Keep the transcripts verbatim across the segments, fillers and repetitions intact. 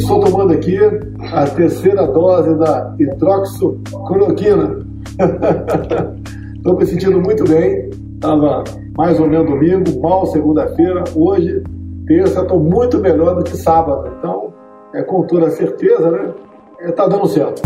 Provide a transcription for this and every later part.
Estou tomando aqui a terceira dose da hidroxicloroquina. Estou me sentindo muito bem. Estava mais ou menos domingo, mal segunda-feira. Hoje, terça, estou muito melhor do que sábado. Então, é com toda certeza, né? Está dando certo.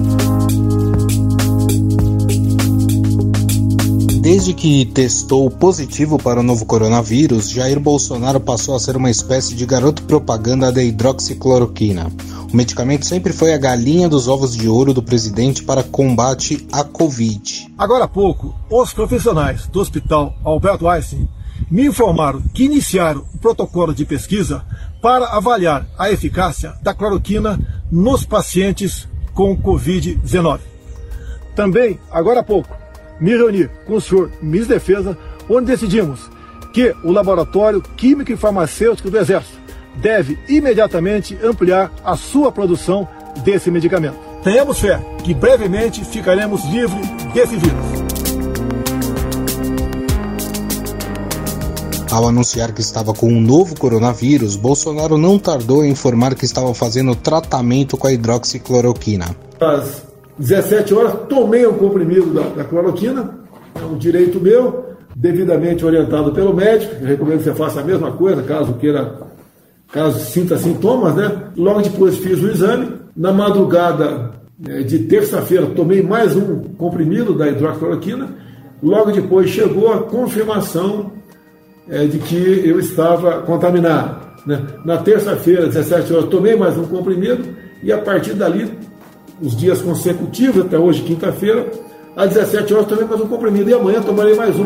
Desde que testou positivo para o novo coronavírus, Jair Bolsonaro passou a ser uma espécie de garoto propaganda da hidroxicloroquina. O medicamento sempre foi a galinha dos ovos de ouro do presidente para combate à Covid. Agora há pouco, os profissionais do Hospital Alberto Einstein me informaram que iniciaram o protocolo de pesquisa para avaliar a eficácia da cloroquina nos pacientes com covid dezenove. Também, agora há pouco, me reuni com o senhor ministro da Defesa, onde decidimos que o Laboratório Químico e Farmacêutico do Exército deve imediatamente ampliar a sua produção desse medicamento. Tenhamos fé que brevemente ficaremos livres desse vírus. Ao anunciar que estava com um novo coronavírus, Bolsonaro não tardou em informar que estava fazendo tratamento com a hidroxicloroquina. Às dezessete horas, tomei um comprimido da, da cloroquina, é um direito meu, devidamente orientado pelo médico. Eu recomendo que você faça a mesma coisa, caso queira, caso sinta sintomas, né? Logo depois fiz o exame. Na madrugada é, de terça-feira, tomei mais um comprimido da hidroxicloroquina. Logo depois chegou a confirmação é, de que eu estava contaminado, né? Na terça-feira, dezessete horas, tomei mais um comprimido e a partir dali, os dias consecutivos, até hoje, quinta-feira, às dezessete horas tomei mais um comprimido e amanhã tomarei mais um.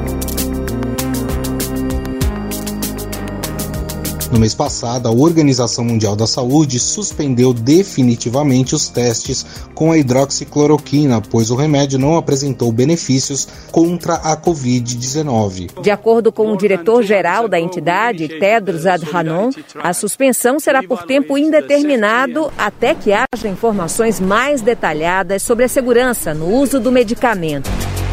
No mês passado, a Organização Mundial da Saúde suspendeu definitivamente os testes com a hidroxicloroquina, pois o remédio não apresentou benefícios contra a covid dezenove. De acordo com o diretor-geral da entidade, Tedros Adhanom, a suspensão será por tempo indeterminado até que haja informações mais detalhadas sobre a segurança no uso do medicamento.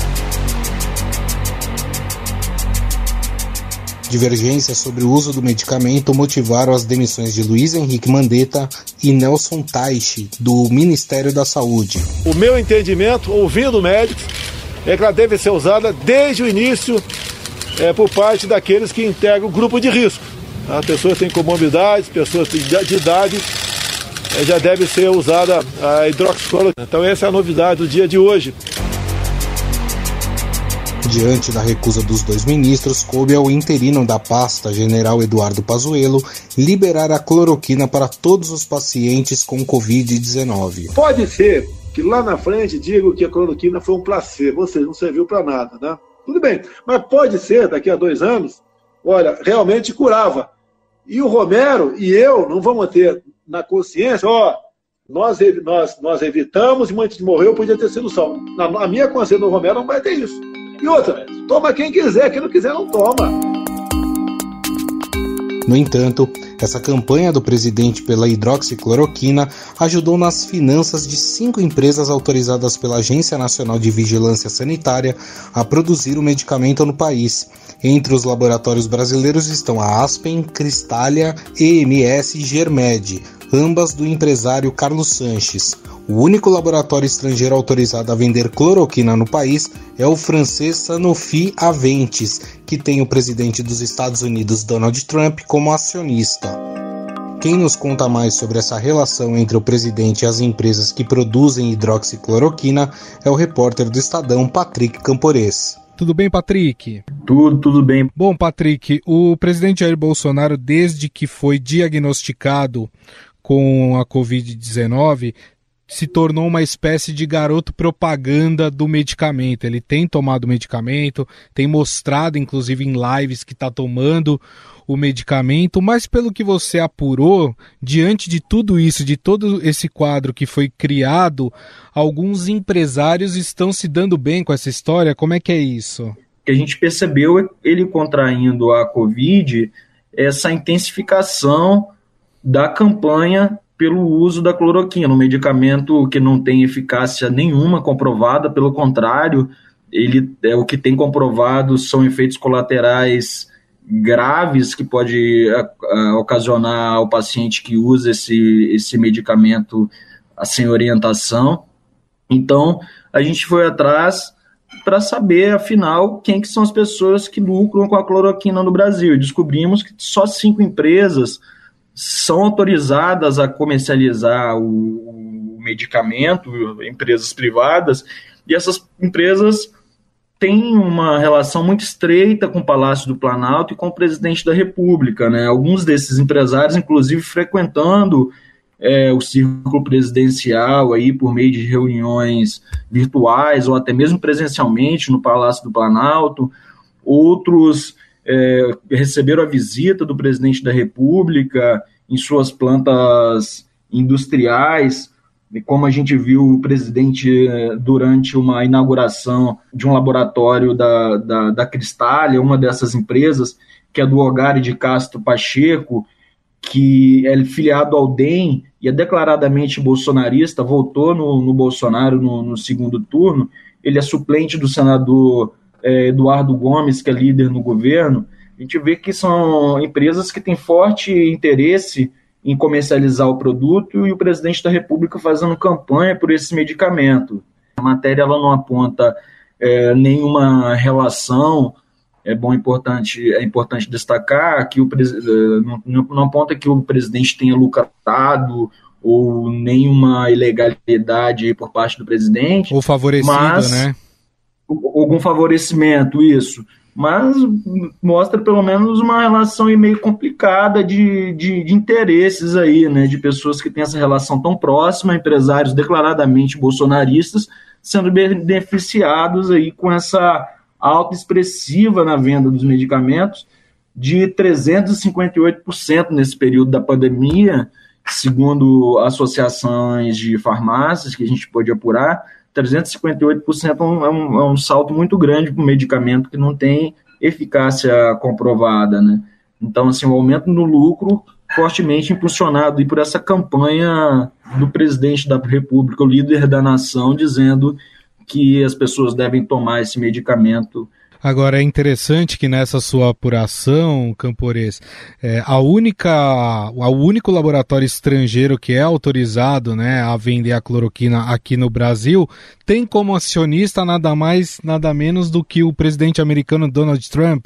Divergências sobre o uso do medicamento motivaram as demissões de Luiz Henrique Mandetta e Nelson Teich, do Ministério da Saúde. O meu entendimento, ouvindo médicos, é que ela deve ser usada desde o início é, por parte daqueles que integram o grupo de risco. Tá? Pessoas que têm comorbidades, pessoas de idade, é, já deve ser usada a hidroxicloroquina. Então essa é a novidade do dia de hoje. Diante da recusa dos dois ministros, coube ao interino da pasta, general Eduardo Pazuello, liberar a cloroquina para todos os pacientes com covid dezenove. Pode ser que lá na frente digam que a cloroquina foi um placebo, ou seja, não serviu para nada, né? Tudo bem, mas pode ser, daqui a dois anos, olha, realmente curava. E o Romero e eu não vamos ter na consciência, ó, nós, nós, nós evitamos e antes de morrer podia ter sido só. Na, na minha consciência do Romero não vai ter isso. E outra, toma quem quiser, quem não quiser não toma. No entanto, essa campanha do presidente pela hidroxicloroquina ajudou nas finanças de cinco empresas autorizadas pela Agência Nacional de Vigilância Sanitária a produzir o medicamento no país. Entre os laboratórios brasileiros estão a Aspen, Cristália, E M S e Germed, ambas do empresário Carlos Sanches. O único laboratório estrangeiro autorizado a vender cloroquina no país é o francês Sanofi Aventis, que tem o presidente dos Estados Unidos, Donald Trump, como acionista. Quem nos conta mais sobre essa relação entre o presidente e as empresas que produzem hidroxicloroquina é o repórter do Estadão, Patrick Campores. Tudo bem, Patrick? Tudo, tudo bem. Bom, Patrick, o presidente Jair Bolsonaro, desde que foi diagnosticado com a covid dezenove, se tornou uma espécie de garoto propaganda do medicamento. Ele tem tomado o medicamento, tem mostrado, inclusive em lives, que está tomando o medicamento, mas pelo que você apurou, diante de tudo isso, de todo esse quadro que foi criado, alguns empresários estão se dando bem com essa história. Como é que é isso? O que a gente percebeu é ele contraindo a Covid, essa intensificação da campanha pelo uso da cloroquina, um medicamento que não tem eficácia nenhuma comprovada, pelo contrário, ele, é, o que tem comprovado são efeitos colaterais graves que pode a, a, ocasionar ao paciente que usa esse, esse medicamento sem orientação. Então, a gente foi atrás para saber, afinal, quem que são as pessoas que lucram com a cloroquina no Brasil. E descobrimos que só cinco empresas são autorizadas a comercializar o, o medicamento, empresas privadas, e essas empresas têm uma relação muito estreita com o Palácio do Planalto e com o presidente da República, né? Alguns desses empresários, inclusive, frequentando É, o círculo presidencial aí por meio de reuniões virtuais ou até mesmo presencialmente no Palácio do Planalto. Outros é, receberam a visita do presidente da República em suas plantas industriais, e como a gente viu o presidente durante uma inauguração de um laboratório da, da, da Cristália, uma dessas empresas, que é do Hogar de Castro Pacheco, que é filiado ao D E M e é declaradamente bolsonarista, votou no, no Bolsonaro no, no segundo turno. Ele é suplente do senador é, Eduardo Gomes, que é líder no governo. A gente vê que são empresas que têm forte interesse em comercializar o produto e o presidente da República fazendo campanha por esse medicamento. A matéria ela não aponta é, nenhuma relação. É bom, importante, é importante destacar que o não, não aponta que o presidente tenha lucrado ou nenhuma ilegalidade por parte do presidente. Ou favorecido, mas, né? Algum favorecimento, isso. Mas mostra pelo menos uma relação meio complicada de, de, de interesses aí, né? De pessoas que têm essa relação tão próxima, empresários declaradamente bolsonaristas, sendo beneficiados aí com essa alta expressiva na venda dos medicamentos de trezentos e cinquenta e oito por cento nesse período da pandemia, segundo associações de farmácias que a gente pôde apurar. Trezentos e cinquenta e oito por cento é um, é um salto muito grande para um medicamento que não tem eficácia comprovada, né? Então, assim, o aumento no lucro fortemente impulsionado e por essa campanha do presidente da República, o líder da nação, dizendo que as pessoas devem tomar esse medicamento. Agora, é interessante que nessa sua apuração, Camporês, é, a única, o único laboratório estrangeiro que é autorizado, né, a vender a cloroquina aqui no Brasil tem como acionista nada mais, nada menos do que o presidente americano Donald Trump.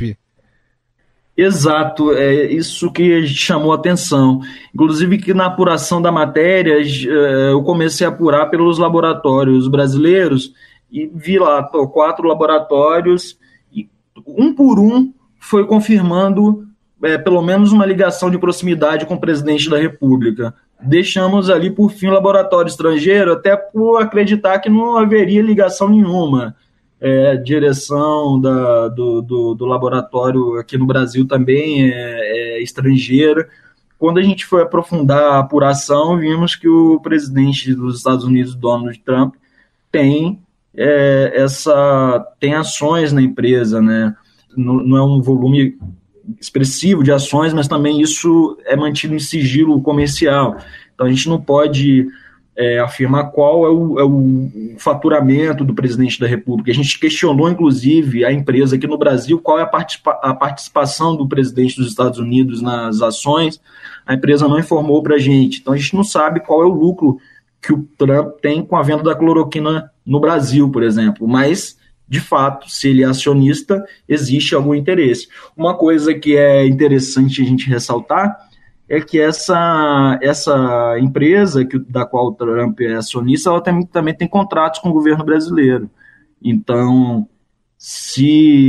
Exato, é isso que chamou a atenção. Inclusive que na apuração da matéria eu comecei a apurar pelos laboratórios brasileiros e vi lá quatro laboratórios e um por um foi confirmando é, pelo menos uma ligação de proximidade com o presidente da República. Deixamos ali por fim o laboratório estrangeiro até por acreditar que não haveria ligação nenhuma. É, a direção da, do, do, do laboratório aqui no Brasil também é, é estrangeira. Quando a gente foi aprofundar a apuração, vimos que o presidente dos Estados Unidos, Donald Trump, tem, é, essa, tem ações na empresa, né? Não, não é um volume expressivo de ações, mas também isso é mantido em sigilo comercial. Então a gente não pode É, afirmar qual é o, é o faturamento do presidente da República. A gente questionou, inclusive, a empresa aqui no Brasil, qual é a, participa- a participação do presidente dos Estados Unidos nas ações. A empresa não informou para a gente. Então, a gente não sabe qual é o lucro que o Trump tem com a venda da cloroquina no Brasil, por exemplo. Mas, de fato, se ele é acionista, existe algum interesse. Uma coisa que é interessante a gente ressaltar é que essa, essa empresa que, da qual o Trump é acionista, ela tem, também tem contratos com o governo brasileiro. Então, se,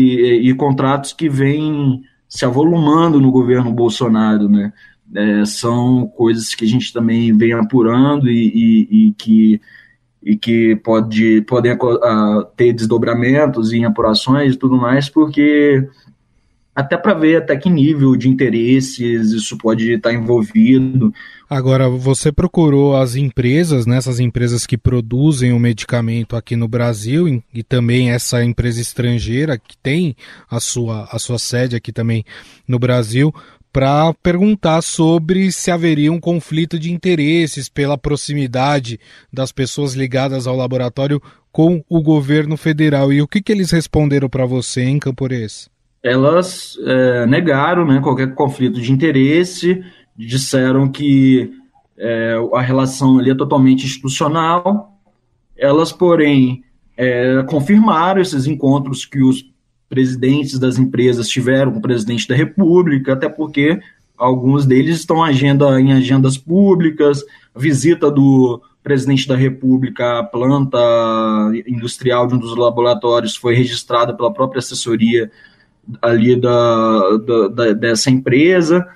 e contratos que vêm se avolumando no governo Bolsonaro, né? É, são coisas que a gente também vem apurando e, e, e que, e que pode, podem uh, ter desdobramentos em apurações e tudo mais, porque até para ver até que nível de interesses isso pode estar envolvido. Agora, você procurou as empresas, né, essas empresas que produzem o medicamento aqui no Brasil e, e também essa empresa estrangeira que tem a sua, a sua sede aqui também no Brasil, para perguntar sobre se haveria um conflito de interesses pela proximidade das pessoas ligadas ao laboratório com o governo federal. E o que, que eles responderam para você, hein, Camporês? elas é, negaram, né, qualquer conflito de interesse, disseram que é, a relação ali é totalmente institucional. Elas, porém, é, confirmaram esses encontros que os presidentes das empresas tiveram com o presidente da República, até porque alguns deles estão agenda, em agendas públicas, visita do presidente da República à planta industrial de um dos laboratórios foi registrada pela própria assessoria ali da, da, da, dessa empresa,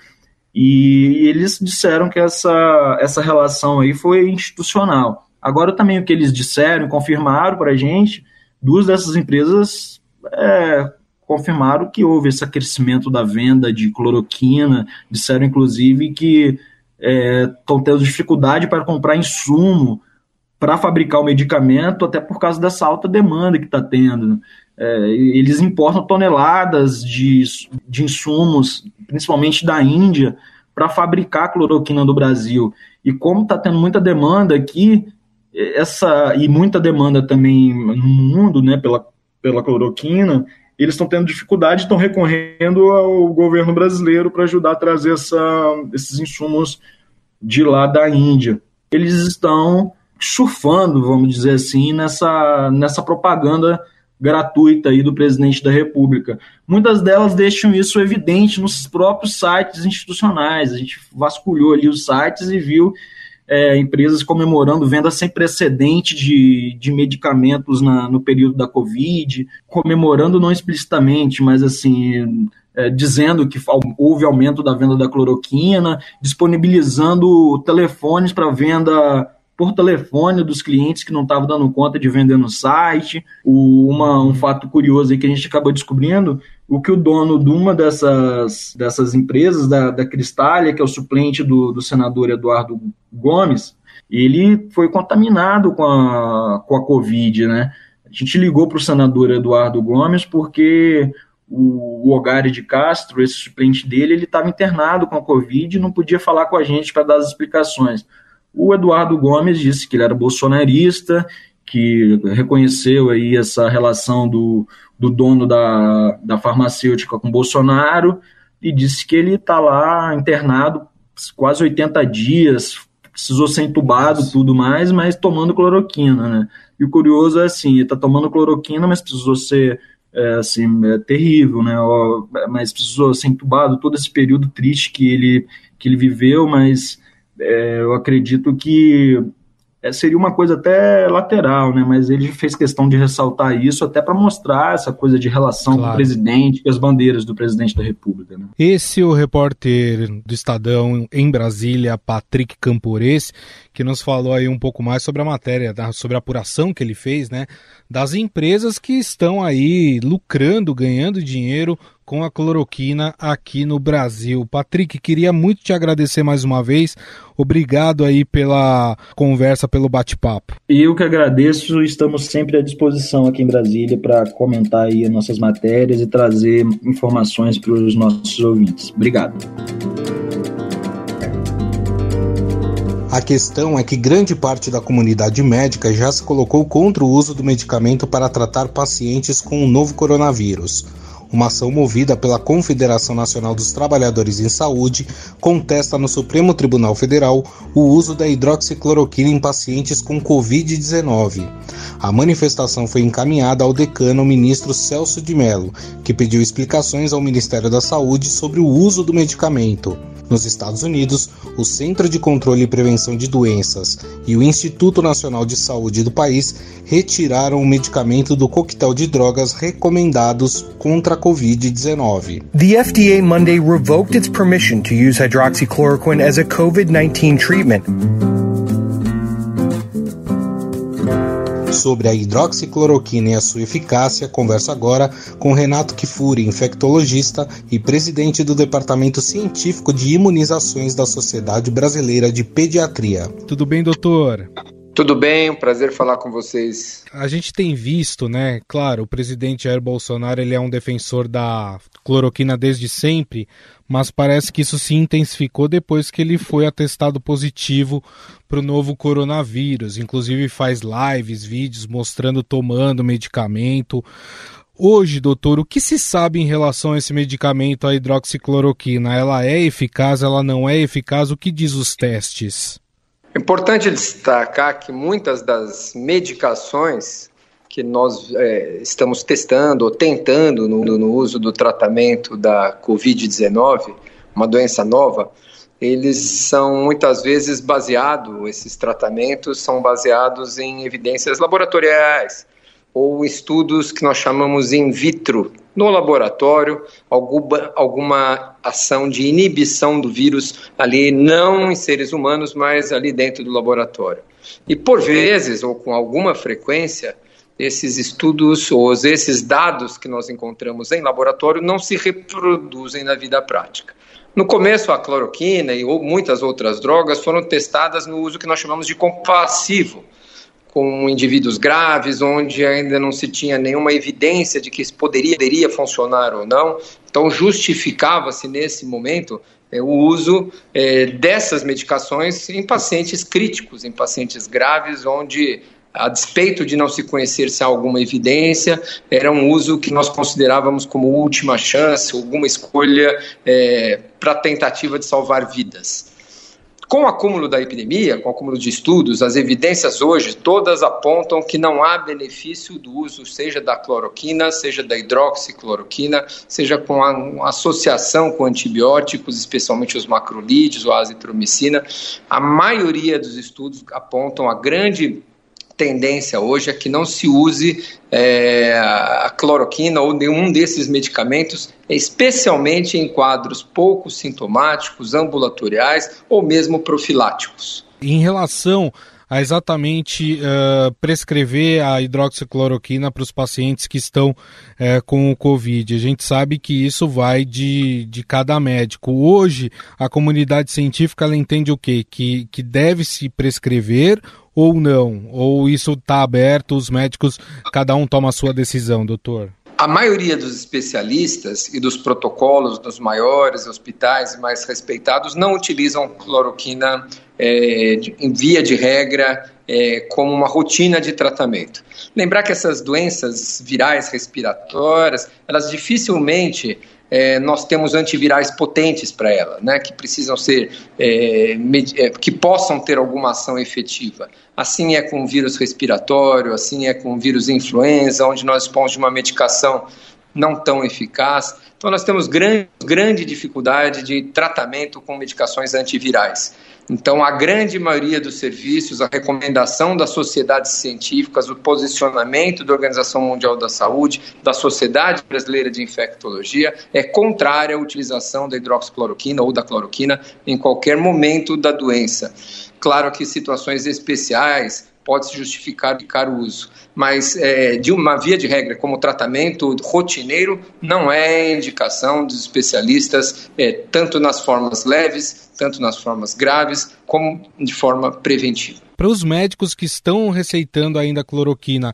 e eles disseram que essa, essa relação aí foi institucional. Agora também o que eles disseram, confirmaram para a gente, duas dessas empresas é, confirmaram que houve esse crescimento da venda de cloroquina, disseram inclusive que estão é, tendo dificuldade para comprar insumo para fabricar o medicamento, até por causa dessa alta demanda que está tendo. É, eles importam toneladas de, de insumos, principalmente da Índia, para fabricar cloroquina no Brasil. E como está tendo muita demanda aqui, essa, e muita demanda também no mundo, né, pela, pela cloroquina, eles estão tendo dificuldade, estão recorrendo ao governo brasileiro para ajudar a trazer essa, esses insumos de lá da Índia. Eles estão surfando, vamos dizer assim, nessa, nessa propaganda gratuita aí do presidente da República. Muitas delas deixam isso evidente nos próprios sites institucionais. A gente vasculhou ali os sites e viu é, empresas comemorando venda sem precedente de, de medicamentos na, no período da Covid, comemorando não explicitamente, mas assim, é, dizendo que houve aumento da venda da cloroquina, disponibilizando telefones para venda por telefone dos clientes que não estavam dando conta de vender no site. O, uma, um fato curioso aí que a gente acabou descobrindo, o que o dono de uma dessas, dessas empresas, da, da Cristália, que é o suplente do, do senador Eduardo Gomes, ele foi contaminado com a, com a Covid, né? A gente ligou para o senador Eduardo Gomes porque o, o Ogari de Castro, esse suplente dele, ele estava internado com a Covid e não podia falar com a gente para dar as explicações. O Eduardo Gomes disse que ele era bolsonarista, que reconheceu aí essa relação do, do dono da, da farmacêutica com Bolsonaro e disse que ele está lá internado quase oitenta dias, precisou ser entubado e tudo mais, mas tomando cloroquina, né? E o curioso é assim, ele está tomando cloroquina, mas precisou ser é, assim, é terrível, né? Mas precisou ser entubado todo esse período triste que ele, que ele viveu, mas É, eu acredito que é, seria uma coisa até lateral, né? Mas ele fez questão de ressaltar isso até para mostrar essa coisa de relação claro. com o presidente e as bandeiras do presidente da República, né? Esse é o repórter do Estadão em Brasília, Patrick Campores, que nos falou aí um pouco mais sobre a matéria, sobre a apuração que ele fez, né? Das empresas que estão aí lucrando, ganhando dinheiro com a cloroquina aqui no Brasil. Patrick, queria muito te agradecer mais uma vez. Obrigado aí pela conversa, pelo bate-papo. Eu que agradeço, estamos sempre à disposição aqui em Brasília para comentar aí as nossas matérias e trazer informações para os nossos ouvintes. Obrigado. A questão é que grande parte da comunidade médica já se colocou contra o uso do medicamento para tratar pacientes com o novo coronavírus. Uma ação movida pela Confederação Nacional dos Trabalhadores em Saúde contesta no Supremo Tribunal Federal o uso da hidroxicloroquina em pacientes com covid dezenove. A manifestação foi encaminhada ao decano, ministro Celso de Mello, que pediu explicações ao Ministério da Saúde sobre o uso do medicamento. Nos Estados Unidos, o Centro de Controle e Prevenção de Doenças e o Instituto Nacional de Saúde do país retiraram o medicamento do coquetel de drogas recomendados contra a covid dezenove. The F D A Monday revoked its permission to use hydroxychloroquine as a covid nineteen treatment. Sobre a hidroxicloroquina e a sua eficácia, converso agora com Renato Kifuri, infectologista e presidente do Departamento Científico de Imunizações da Sociedade Brasileira de Pediatria. Tudo bem, doutor? Tudo bem, um prazer falar com vocês. A gente tem visto, né, claro, o presidente Jair Bolsonaro, ele é um defensor da cloroquina desde sempre, mas parece que isso se intensificou depois que ele foi atestado positivo para o novo coronavírus. Inclusive faz lives, vídeos mostrando tomando medicamento. Hoje, doutor, o que se sabe em relação a esse medicamento, a hidroxicloroquina? Ela é eficaz, ela não é eficaz? O que diz os testes? É importante destacar que muitas das medicações que nós é, estamos testando ou tentando no, no uso do tratamento da covid dezenove, uma doença nova, eles são muitas vezes baseados, esses tratamentos são baseados em evidências laboratoriais ou estudos que nós chamamos in vitro, no laboratório, alguma, alguma ação de inibição do vírus ali, não em seres humanos, mas ali dentro do laboratório. E por vezes, ou com alguma frequência, esses estudos ou esses dados que nós encontramos em laboratório não se reproduzem na vida prática. No começo, a cloroquina e ou muitas outras drogas foram testadas no uso que nós chamamos de compassivo, com indivíduos graves, onde ainda não se tinha nenhuma evidência de que isso poderia, poderia funcionar ou não. Então, justificava-se nesse momento é, o uso é, dessas medicações em pacientes críticos, em pacientes graves, onde, a despeito de não se conhecer se há alguma evidência, era um uso que nós considerávamos como última chance, alguma escolha é, para tentativa de salvar vidas. Com o acúmulo da epidemia, com o acúmulo de estudos, as evidências hoje todas apontam que não há benefício do uso, seja da cloroquina, seja da hidroxicloroquina, seja com a uma associação com antibióticos, especialmente os macrolídeos ou a azitromicina. A maioria dos estudos apontam a grande tendência hoje é que não se use é, a cloroquina ou nenhum desses medicamentos, especialmente em quadros pouco sintomáticos, ambulatoriais ou mesmo profiláticos. Em relação a exatamente uh, prescrever a hidroxicloroquina para os pacientes que estão uh, com o Covid. A gente sabe que isso vai de, de cada médico. Hoje, a comunidade científica ela entende o quê? Que, que deve se prescrever ou não? Ou isso está aberto, os médicos, cada um toma a sua decisão, doutor? A maioria dos especialistas e dos protocolos dos maiores hospitais mais respeitados não utilizam cloroquina é, de, em via de regra é, como uma rotina de tratamento. Lembrar que essas doenças virais respiratórias, elas dificilmente é, nós temos antivirais potentes para ela, né, que precisam ser, é, med- é, que possam ter alguma ação efetiva. Assim é com o vírus respiratório, assim é com o vírus influenza, onde nós dispomos de uma medicação não tão eficaz. Então nós temos grande, grande dificuldade de tratamento com medicações antivirais. Então a grande maioria dos serviços, a recomendação das sociedades científicas, o posicionamento da Organização Mundial da Saúde, da Sociedade Brasileira de Infectologia, é contrária à utilização da hidroxicloroquina ou da cloroquina em qualquer momento da doença. Claro que situações especiais pode-se justificar o uso, mas é, de uma via de regra como tratamento rotineiro não é indicação dos especialistas, é, tanto nas formas leves, tanto nas formas graves, como de forma preventiva. Para os médicos que estão receitando ainda cloroquina,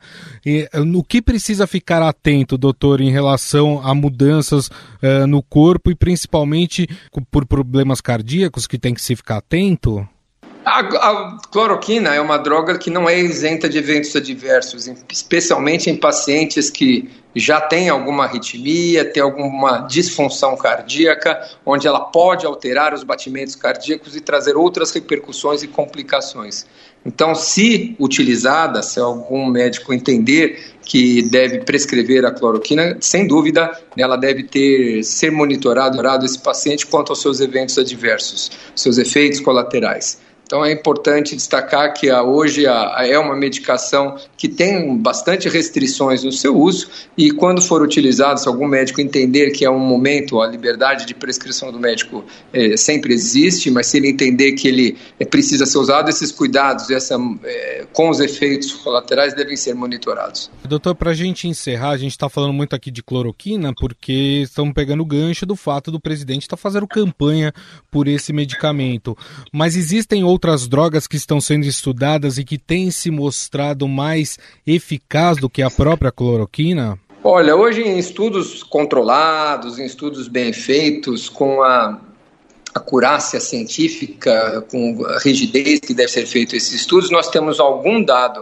no que precisa ficar atento, doutor, em relação a mudanças uh, no corpo e principalmente por problemas cardíacos que tem que se ficar atento? A, a cloroquina é uma droga que não é isenta de eventos adversos, especialmente em pacientes que já têm alguma arritmia, têm alguma disfunção cardíaca, onde ela pode alterar os batimentos cardíacos e trazer outras repercussões e complicações. Então, se utilizada, se algum médico entender que deve prescrever a cloroquina, sem dúvida, ela deve ter, ser monitorado esse paciente quanto aos seus eventos adversos, seus efeitos colaterais. Então é importante destacar que a, hoje a, a, é uma medicação que tem bastante restrições no seu uso e quando for utilizado, se algum médico entender que é um momento, a liberdade de prescrição do médico é, sempre existe, mas se ele entender que ele é, precisa ser usado, esses cuidados essa, é, com os efeitos colaterais devem ser monitorados. Doutor, para a gente encerrar, a gente está falando muito aqui de cloroquina porque estamos pegando o gancho do fato do presidente estar tá fazendo campanha por esse medicamento, mas existem outros outras drogas que estão sendo estudadas e que têm se mostrado mais eficaz do que a própria cloroquina? Olha, hoje em estudos controlados, em estudos bem feitos, com a acurácia científica, com a rigidez que deve ser feito esses estudos, nós temos algum dado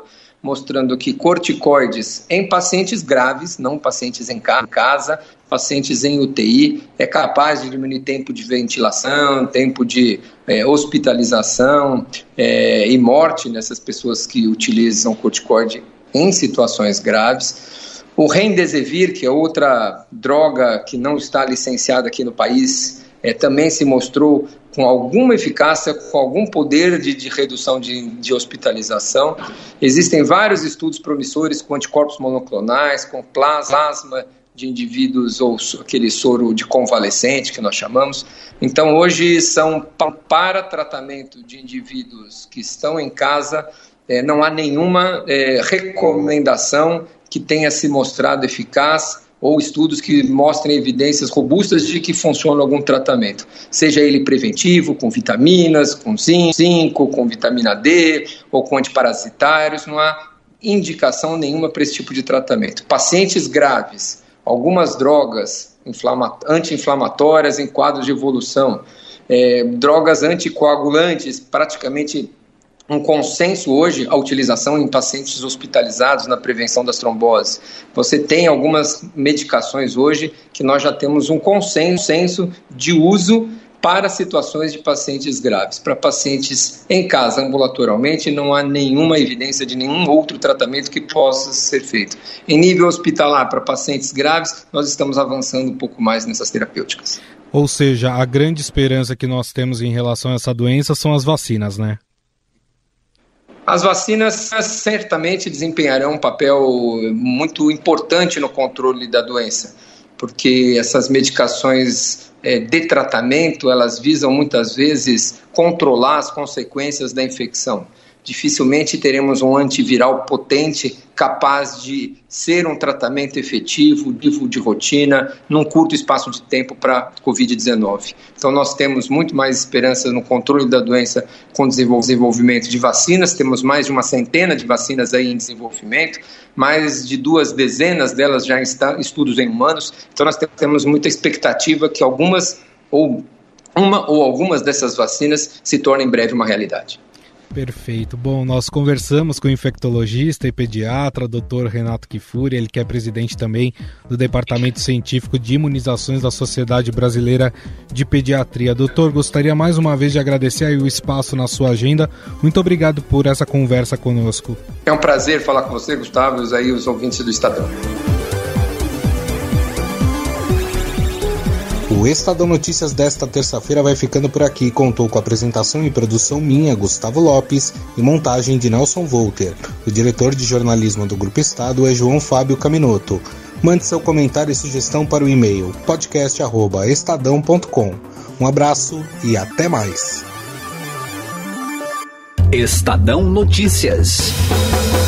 mostrando que corticoides em pacientes graves, não pacientes em casa, pacientes em U T I, é capaz de diminuir tempo de ventilação, tempo de é, hospitalização é, e morte nessas pessoas que utilizam corticoide em situações graves. O Remdesivir, que é outra droga que não está licenciada aqui no país, é, também se mostrou com alguma eficácia, com algum poder de, de redução de, de hospitalização. Existem vários estudos promissores com anticorpos monoclonais, com plasma de indivíduos ou aquele soro de convalescente que nós chamamos. Então, hoje são para tratamento de indivíduos que estão em casa, é, não há nenhuma é, recomendação que tenha se mostrado eficaz ou estudos que mostrem evidências robustas de que funciona algum tratamento, seja ele preventivo, com vitaminas, com zinco, com vitamina D ou com antiparasitários, não há indicação nenhuma para esse tipo de tratamento. Pacientes graves, algumas drogas anti-inflamatórias em quadros de evolução, é, drogas anticoagulantes, praticamente um consenso hoje a utilização em pacientes hospitalizados na prevenção das tromboses. Você tem algumas medicações hoje que nós já temos um consenso de uso para situações de pacientes graves. Para pacientes em casa, ambulatorialmente, não há nenhuma evidência de nenhum outro tratamento que possa ser feito. Em nível hospitalar, para pacientes graves, nós estamos avançando um pouco mais nessas terapêuticas. Ou seja, a grande esperança que nós temos em relação a essa doença são as vacinas, né? As vacinas certamente desempenharão um papel muito importante no controle da doença, porque essas medicações é, de tratamento, elas visam muitas vezes controlar as consequências da infecção. Dificilmente teremos um antiviral potente capaz de ser um tratamento efetivo, de rotina, num curto espaço de tempo para covid dezenove. Então nós temos muito mais esperança no controle da doença com o desenvolvimento de vacinas, temos mais de uma centena de vacinas aí em desenvolvimento, mais de duas dezenas delas já em estudos em humanos, então nós temos muita expectativa que algumas ou uma ou algumas dessas vacinas se tornem em breve uma realidade. Perfeito. Bom, nós conversamos com o infectologista e pediatra, doutor Renato Kifuri, ele que é presidente também do Departamento Científico de Imunizações da Sociedade Brasileira de Pediatria. Doutor, gostaria mais uma vez de agradecer aí o espaço na sua agenda. Muito obrigado por essa conversa conosco. É um prazer falar com você, Gustavo, e aí os ouvintes do Estadão. O Estadão Notícias desta terça-feira vai ficando por aqui. Contou com a apresentação e produção minha, Gustavo Lopes, e montagem de Nelson Volter. O diretor de jornalismo do Grupo Estado é João Fábio Caminoto. Mande seu comentário e sugestão para o e-mail podcast arroba estadão ponto com. Um abraço e até mais. Estadão Notícias.